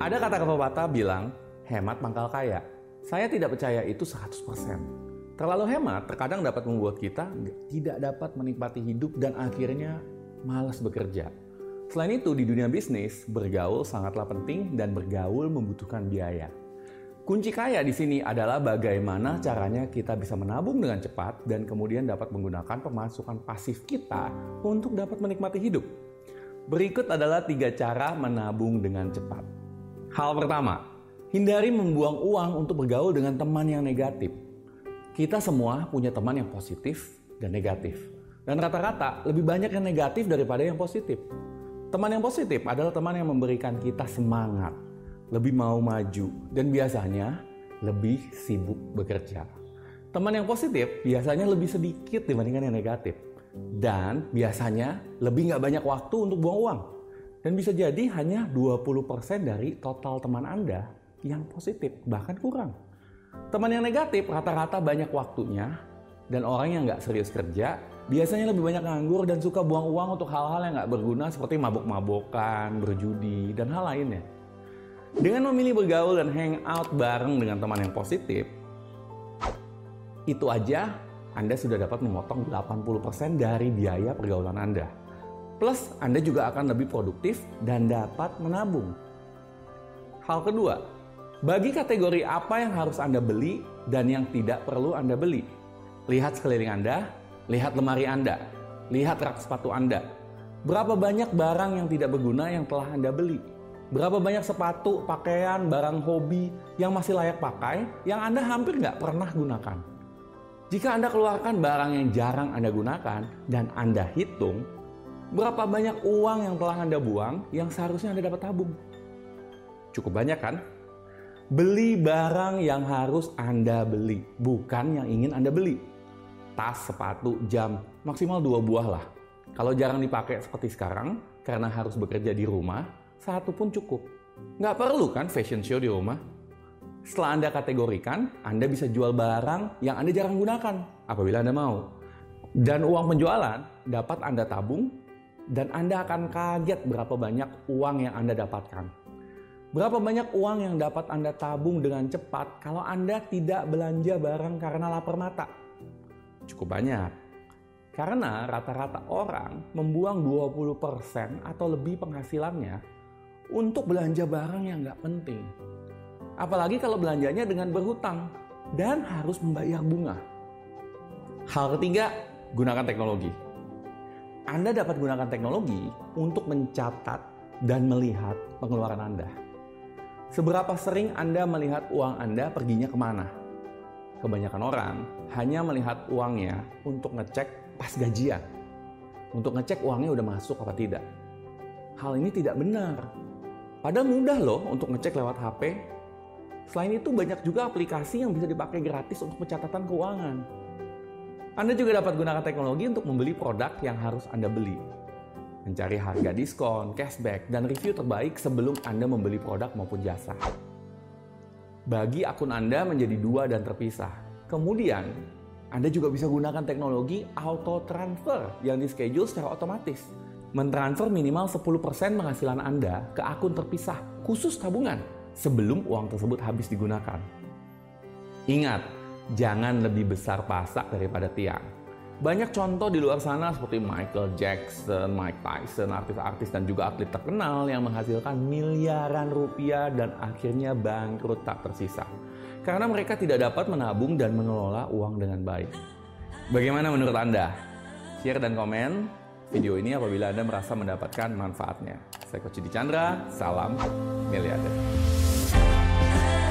Ada kata pepatah bilang, hemat pangkal kaya. Saya tidak percaya itu 100%. Terlalu hemat terkadang dapat membuat kita tidak dapat menikmati hidup dan akhirnya malas bekerja. Selain itu, di dunia bisnis, bergaul sangatlah penting dan bergaul membutuhkan biaya. Kunci kaya di sini adalah bagaimana caranya kita bisa menabung dengan cepat dan kemudian dapat menggunakan pemasukan pasif kita untuk dapat menikmati hidup. Berikut adalah 3 cara menabung dengan cepat. Hal pertama, hindari membuang uang untuk bergaul dengan teman yang negatif. Kita semua punya teman yang positif dan negatif. Dan rata-rata lebih banyak yang negatif daripada yang positif. Teman yang positif adalah teman yang memberikan kita semangat, lebih mau maju, dan biasanya lebih sibuk bekerja. Teman yang positif biasanya lebih sedikit dibandingkan yang negatif. Dan biasanya lebih nggak banyak waktu untuk buang uang. Dan bisa jadi hanya 20% dari total teman Anda yang positif, bahkan kurang. Teman yang negatif rata-rata banyak waktunya, dan orang yang nggak serius kerja biasanya lebih banyak nganggur dan suka buang uang untuk hal-hal yang nggak berguna seperti mabuk-mabukan, berjudi, dan hal lainnya. Dengan memilih bergaul dan hangout bareng dengan teman yang positif, itu aja Anda sudah dapat memotong 80% dari biaya pergaulan Anda. Plus, Anda juga akan lebih produktif dan dapat menabung. Hal kedua, bagi kategori apa yang harus Anda beli dan yang tidak perlu Anda beli. Lihat sekeliling Anda, lihat lemari Anda, lihat rak sepatu Anda. Berapa banyak barang yang tidak berguna yang telah Anda beli? Berapa banyak sepatu, pakaian, barang hobi yang masih layak pakai yang Anda hampir nggak pernah gunakan? Jika Anda keluarkan barang yang jarang Anda gunakan dan Anda hitung, berapa banyak uang yang telah Anda buang yang seharusnya Anda dapat tabung? Cukup banyak kan? Beli barang yang harus Anda beli, bukan yang ingin Anda beli. Tas, sepatu, jam, maksimal 2 buah lah. Kalau jarang dipakai seperti sekarang, karena harus bekerja di rumah, 1 pun cukup. Nggak perlu kan fashion show di rumah? Setelah Anda kategorikan, Anda bisa jual barang yang Anda jarang gunakan, apabila Anda mau. Dan uang penjualan dapat Anda tabung, dan Anda akan kaget berapa banyak uang yang Anda dapatkan. Berapa banyak uang yang dapat Anda tabung dengan cepat kalau Anda tidak belanja barang karena lapar mata? Cukup banyak. Karena rata-rata orang membuang 20% atau lebih penghasilannya untuk belanja barang yang nggak penting. Apalagi kalau belanjanya dengan berhutang dan harus membayar bunga. Hal ketiga, gunakan teknologi. Anda dapat gunakan teknologi untuk mencatat dan melihat pengeluaran Anda. Seberapa sering Anda melihat uang Anda perginya kemana? Kebanyakan orang hanya melihat uangnya untuk ngecek pas gajian. Untuk ngecek uangnya udah masuk apa tidak. Hal ini tidak benar. Padahal mudah loh untuk ngecek lewat HP. Selain itu banyak juga aplikasi yang bisa dipakai gratis untuk pencatatan keuangan. Anda juga dapat gunakan teknologi untuk membeli produk yang harus Anda beli. Mencari harga diskon, cashback, dan review terbaik sebelum Anda membeli produk maupun jasa. Bagi akun Anda menjadi 2 dan terpisah. Kemudian, Anda juga bisa gunakan teknologi auto transfer yang di-schedule secara otomatis. Mentransfer minimal 10% penghasilan Anda ke akun terpisah khusus tabungan sebelum uang tersebut habis digunakan. Ingat, jangan lebih besar pasak daripada tiang. Banyak contoh di luar sana seperti Michael Jackson, Mike Tyson, artis-artis dan juga atlet terkenal yang menghasilkan miliaran rupiah dan akhirnya bangkrut tak tersisa. Karena mereka tidak dapat menabung dan mengelola uang dengan baik. Bagaimana menurut Anda? Share dan komen video ini apabila Anda merasa mendapatkan manfaatnya. Saya Coach Chandra, salam miliarder.